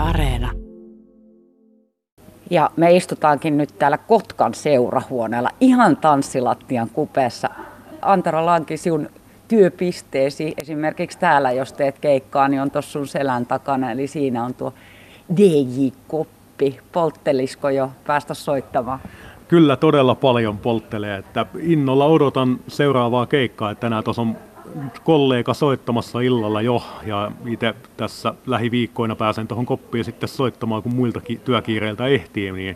Areena. Ja me istutaankin nyt täällä Kotkan seurahuoneella ihan tanssilattian kupeessa. Antero Lanki, sinun työpisteesi esimerkiksi täällä, jos teet keikkaa, niin on tuossa sun selän takana. Eli siinä on tuo DJ-koppi. Polttelisko jo päästä soittamaan? Kyllä todella paljon polttelee, että innolla odotan seuraavaa keikkaa, että tänään tuossa on kollega soittamassa illalla jo ja itse tässä lähiviikkoina pääsen tuohon koppiin sitten soittamaan, kun muiltakin työkiireiltä ehtii, niin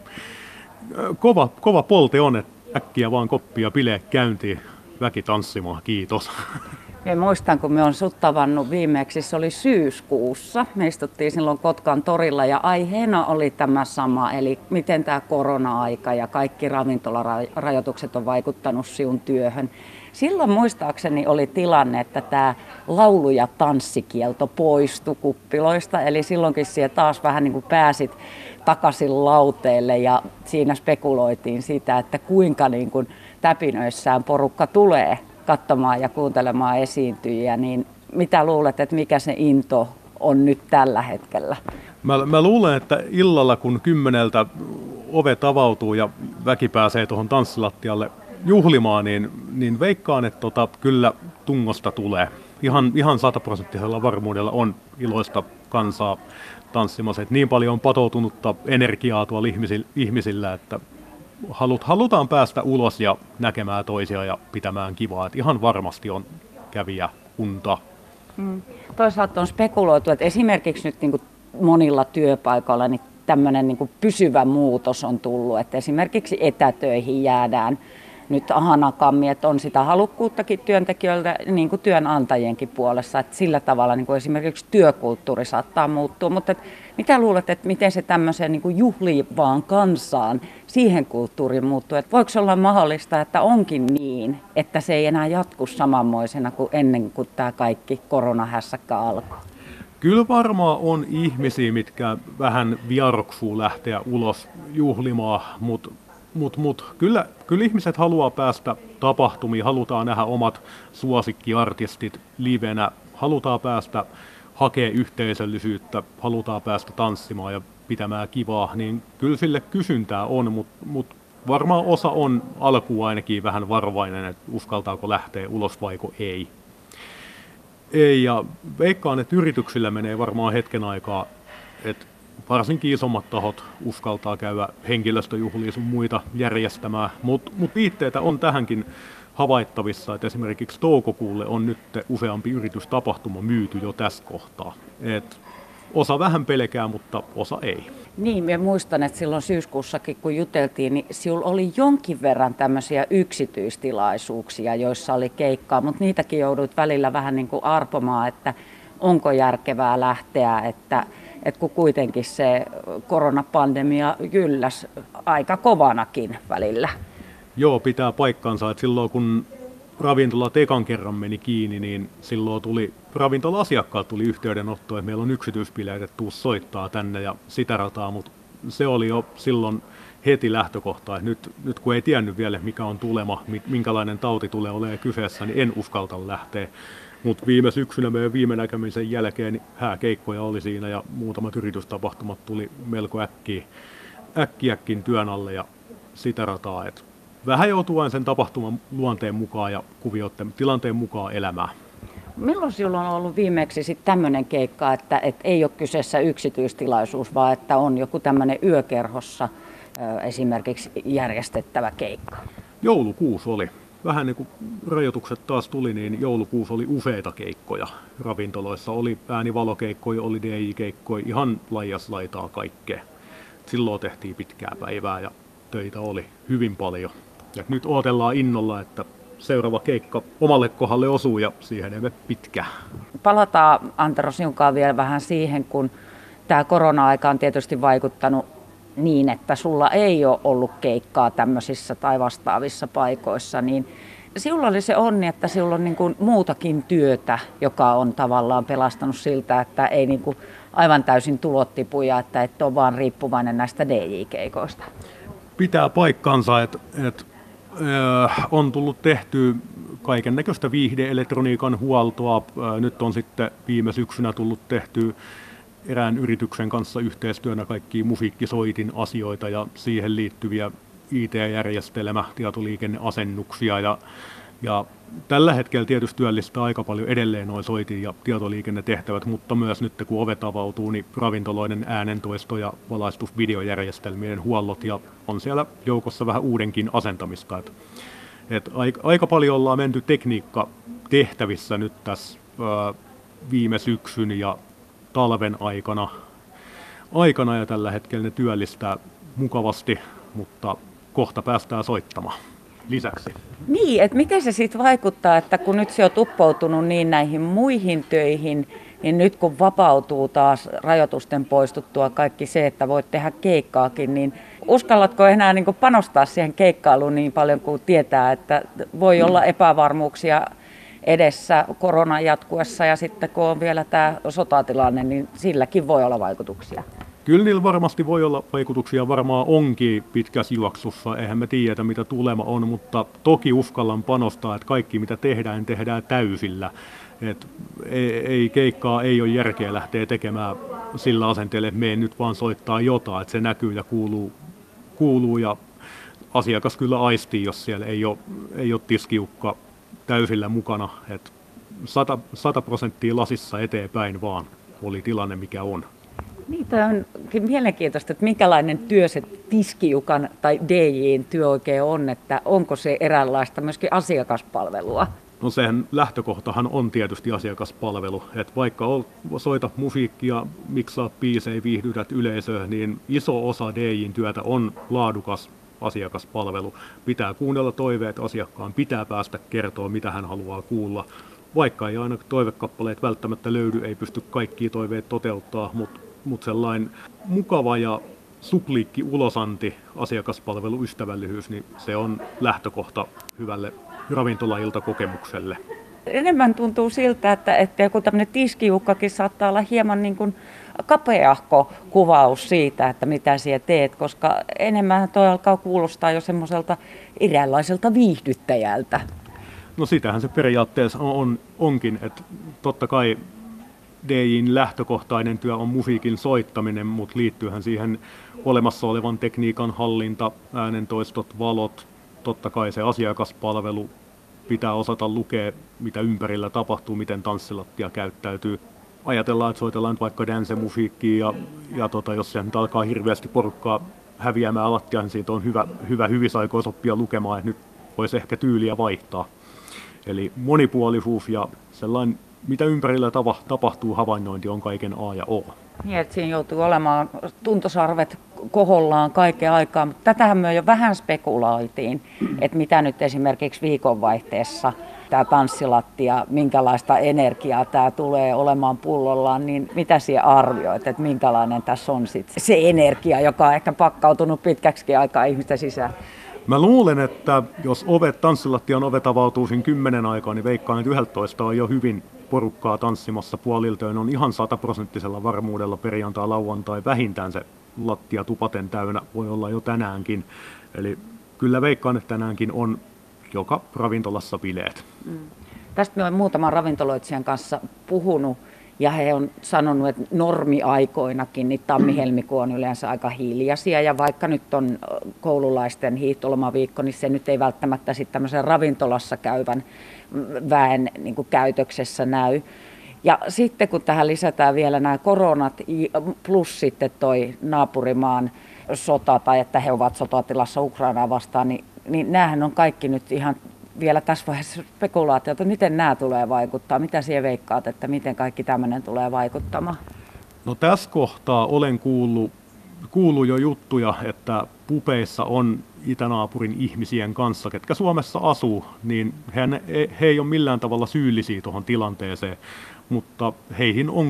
kova polte on, että äkkiä vaan koppia bileet käyntiin, väki tanssimaan, kiitos. Ja muistan, kun me on sut tavannut viimeksi, se oli syyskuussa. Me istuttiin silloin Kotkan torilla ja aiheena oli tämä sama, eli miten tämä korona-aika ja kaikki ravintolarajoitukset on vaikuttanut sinun työhön. Silloin muistaakseni oli tilanne, että tämä laulu- ja tanssikielto poistui kuppiloista, eli silloinkin siellä taas vähän niin kuin pääsit takaisin lauteelle ja siinä spekuloitiin sitä, että kuinka niin kuin täpinöissään porukka tulee katsomaan ja kuuntelemaan esiintyjiä, niin mitä luulet, että mikä se into on nyt tällä hetkellä? Mä luulen, että illalla kun 10:00 ovet avautuu ja väki pääsee tuohon tanssilattialle juhlimaan, niin veikkaan, että kyllä tungosta tulee. Ihan 100% varmuudella on iloista kansaa tanssimassa. Et niin paljon on patoutunutta energiaa tuolla ihmisillä, että halutaan päästä ulos ja näkemään toisia ja pitämään kivaa. Et ihan varmasti on kävijä unta. Toisaalta on spekuloitu, että esimerkiksi nyt niin kuin monilla työpaikoilla niin tämmöinen niin kuin pysyvä muutos on tullut, että esimerkiksi etätöihin jäädään nyt hanakammin, että on sitä halukkuuttakin työntekijöiltä niin kuin työnantajienkin puolessa, että sillä tavalla niin kuin esimerkiksi työkulttuuri saattaa muuttua, mutta mitä luulet, että miten se tämmöiseen niin kuin juhlivaan kansaan, siihen kulttuuriin muuttuu, että voiko olla mahdollista, että onkin niin, että se ei enää jatku samanmoisena kuin ennen kuin tämä kaikki koronahässäkkä alkoi? Kyllä varmaan on ihmisiä, mitkä vähän vieroksuu lähteä ulos juhlimaan, mutta kyllä ihmiset haluaa päästä tapahtumiin, halutaan nähdä omat suosikkiartistit livenä, halutaan päästä hakemaan yhteisöllisyyttä, halutaan päästä tanssimaan ja pitämään kivaa, niin kyllä sille kysyntää on, mutta varmaan osa on alkuun ainakin vähän varovainen, että uskaltaako lähteä ulos vaiko ei. Ei, ja veikkaan, että yrityksillä menee varmaan hetken aikaa, että varsinkin isommat tahot uskaltaa käydä henkilöstöjuhlia sun muita järjestämään, mutta viitteitä on tähänkin havaittavissa, että esimerkiksi toukokuulle on nyt useampi yritystapahtuma myyty jo tässä kohtaa. Et osa vähän pelkää, mutta osa ei. Niin, minä muistan, että silloin syyskuussakin kun juteltiin, niin sinulla oli jonkin verran tämmöisiä yksityistilaisuuksia, joissa oli keikkaa, mutta niitäkin joudut välillä vähän niin kuin arpomaan, että onko järkevää lähteä, että kun kuitenkin se koronapandemia ylläsi aika kovanakin välillä. Joo, pitää paikkansa, että silloin kun ravintolat ekan kerran meni kiinni, niin silloin ravintola-asiakkaat tuli yhteydenotto, että meillä on yksityispileet, että tuu soittaa tänne ja sitä rataa, mutta se oli jo silloin heti lähtökohta, että nyt kun ei tiennyt vielä mikä on tulema, minkälainen tauti tulee olemaan kyseessä, niin en uskalta lähteä. Mutta viime syksynä meidän viime näkemisen jälkeen niin hääkeikkoja oli siinä ja muutamat yritystapahtumat tuli melko äkkiäkin työn alle ja sitä rataa. Et vähän joutuu aina sen tapahtuman luonteen mukaan ja kuvioiden tilanteen mukaan elämään. Milloin sinulla on ollut viimeksi sitten tämmöinen keikka, että ei ole kyseessä yksityistilaisuus, vaan että on joku tämmöinen yökerhossa esimerkiksi järjestettävä keikka? Joulukuusi oli. Vähän niin kuin rajoitukset taas tuli, niin joulukuussa oli useita keikkoja ravintoloissa. Oli äänivalokeikkoja, oli DJ-keikkoja, ihan laias laitaa kaikkea. Silloin tehtiin pitkää päivää ja töitä oli hyvin paljon. Ja nyt odotellaan innolla, että seuraava keikka omalle kohdalle osuu ja siihen ei mene pitkään. Palataan Antero sinunkaan vielä vähän siihen, kun tämä korona-aika on tietysti vaikuttanut niin, että sulla ei ole ollut keikkaa tämmöisissä tai vastaavissa paikoissa, niin sinulla oli se onni, että sinulla on niin kuin muutakin työtä, joka on tavallaan pelastanut siltä, että ei niin kuin aivan täysin tulot tipu ja että et ole vaan riippuvainen näistä DJ-keikoista. Pitää paikkansa, että on tullut tehty kaiken näköistä viihde-elektroniikan huoltoa. Nyt on sitten viime syksynä tullut tehty erään yrityksen kanssa yhteistyönä kaikkia musiikkisoitin asioita ja siihen liittyviä IT-järjestelmä, tietoliikenneasennuksia ja tällä hetkellä tietysti työllistää aika paljon edelleen nuo soitin- ja tietoliikennetehtävät, mutta myös nyt kun ovet avautuu, niin ravintoloiden äänentoisto- ja valaistusvideojärjestelmien huollot ja on siellä joukossa vähän uudenkin asentamista. Aika paljon ollaan menty tekniikkatehtävissä nyt tässä viime syksyn ja talven aikana ja tällä hetkellä ne työllistää mukavasti, mutta kohta päästään soittamaan lisäksi. Niin, että miten se sitten vaikuttaa, että kun nyt se on tuppoutunut niin näihin muihin töihin, niin nyt kun vapautuu taas rajoitusten poistuttua kaikki se, että voit tehdä keikkaakin, niin uskallatko enää niin kuin panostaa siihen keikkailuun niin paljon kuin tietää, että voi olla epävarmuuksia edessä koronan jatkuessa ja sitten kun on vielä tämä sotatilanne, niin silläkin voi olla vaikutuksia. Kyllä niillä varmasti voi olla vaikutuksia, varmaan onkin pitkässä juoksussa, eihän me tiedä mitä tulema on, mutta toki uskallan panostaa, että kaikki mitä tehdään täysillä. Ei keikkaa, ei ole järkeä lähteä tekemään sillä asenteella, että me nyt vaan soittaa jotain, että se näkyy ja kuuluu ja asiakas kyllä aistii, jos siellä ei ole tiskiukka täysillä mukana, että 100% lasissa eteenpäin vaan oli tilanne mikä on. Niin, tämä onkin mielenkiintoista, että minkälainen työ se tiskiukan tai DJ:n työ oikein on, että onko se eräänlaista myöskin asiakaspalvelua? No sen lähtökohtahan on tietysti asiakaspalvelu, että vaikka soita musiikkia, miksaa biisejä, viihdytät yleisöä, niin iso osa DJ:n työtä on laadukas asiakaspalvelu. Pitää kuunnella toiveet asiakkaan, pitää päästä kertoa mitä hän haluaa kuulla. Vaikka ei aina toivekappaleet välttämättä löydy, ei pysty kaikkia toiveet toteuttaa, mutta sellainen mukava ja supliikki ulosanti, asiakaspalveluystävällisyys, niin se on lähtökohta hyvälle ravintolailtakokemukselle. Enemmän tuntuu siltä, että joku tämmöinen tiskiukkakin saattaa olla hieman niin kuin kapeahko kuvaus siitä, että mitä siellä teet, koska enemmän toi alkaa kuulostaa jo semmoiselta eräänlaiselta viihdyttäjältä. No sitähän se periaatteessa onkin, että totta kai DJ:n lähtökohtainen työ on musiikin soittaminen, mutta liittyyhän siihen olemassa olevan tekniikan hallinta, äänentoistot, valot, totta kai se asiakaspalvelu, pitää osata lukea mitä ympärillä tapahtuu, miten tanssilattia käyttäytyy. Ajatellaan, että soitellaan nyt vaikka dance-musiikkia ja jos se nyt alkaa hirveästi porukkaa häviämään lattiaan, niin siitä on hyvä hyvissä aikoissa oppia lukemaan, että nyt voisi ehkä tyyliä vaihtaa. Eli monipuolisuus ja sellainen, mitä ympärillä tapahtuu, havainnointi on kaiken A ja O. Niin, että siinä joutuu olemaan tuntosarvet kohollaan kaiken aikaa, mutta tätähän me jo vähän spekuloitiin, että mitä nyt esimerkiksi viikonvaihteessa tämä tanssilattia, minkälaista energiaa tämä tulee olemaan pullollaan, niin mitä siellä arvioit, että minkälainen tässä on sitten se energia, joka on ehkä pakkautunut pitkäksi aikaa ihmisten sisään? Mä luulen, että jos tanssilattian ovet avautuu siinä 10 aikaa, niin veikkaan, että 11 on jo hyvin porukkaa tanssimassa puoliltöön. On ihan 100% varmuudella perjantai, lauantai, vähintään se lattia tupaten täynnä, voi olla jo tänäänkin. Eli kyllä veikkaan, että tänäänkin on joka ravintolassa bileet. Tästä me olen muutaman ravintoloitsijan kanssa puhunut ja he on sanonut, että normiaikoinakin niin tammi-helmikuu on yleensä aika hiljaisia ja vaikka nyt on koululaisten hiihtolomaviikko, niin se nyt ei välttämättä sitten tämmöisen ravintolassa käyvän väen niin kuin käytöksessä näy. Ja sitten kun tähän lisätään vielä nämä koronat plus sitten toi naapurimaan sota tai että he ovat sotatilassa Ukrainaa vastaan, niin näähän on kaikki nyt ihan vielä tässä vaiheessa spekulaatiota, miten nämä tulee vaikuttaa, mitä siellä veikkaat, että miten kaikki tämmöinen tulee vaikuttamaan? No tässä kohtaa olen kuullut jo juttuja, että pubeissa on itänaapurin ihmisien kanssa, ketkä Suomessa asuu, niin he ei ole millään tavalla syyllisiä tuohon tilanteeseen, mutta heihin on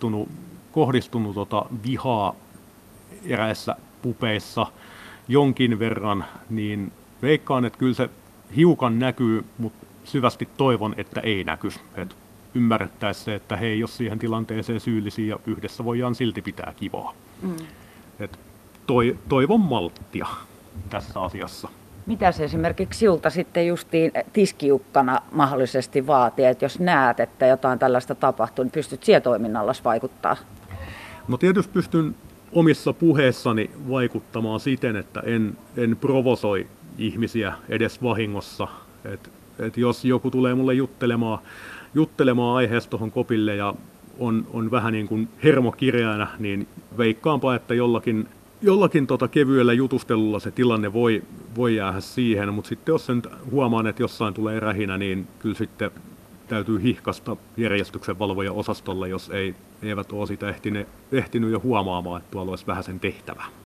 kohdistunut vihaa eräissä pubeissa jonkin verran, niin veikkaan, että kyllä se hiukan näkyy, mutta syvästi toivon, että ei näkyisi. Että ymmärrettäisiin se, että he ei ole siihen tilanteeseen syyllisiä ja yhdessä voidaan silti pitää kivaa. Että toivon malttia tässä asiassa. Mitä se esimerkiksi sinulta sitten justiin tiskiukkana mahdollisesti vaatii, että jos näet, että jotain tällaista tapahtuu, niin pystyt siellä toiminnallasi vaikuttaa? No tietysti pystyn omissa puheissani vaikuttamaan siten, että en provosoi ihmisiä edes vahingossa. Et jos joku tulee mulle juttelemaan aiheesta tuohon kopille ja on vähän niin kuin hermokireänä, niin veikkaanpa, että jollakin kevyellä jutustelulla se tilanne voi jäädä siihen, mutta sitten jos sen huomaan, että jossain tulee rähinä, niin kyllä sitten täytyy hihkasta järjestyksen valvoja osastolle, jos eivät ole sitä ehtinyt jo huomaamaan, että tuolla olisi vähän sen tehtävä.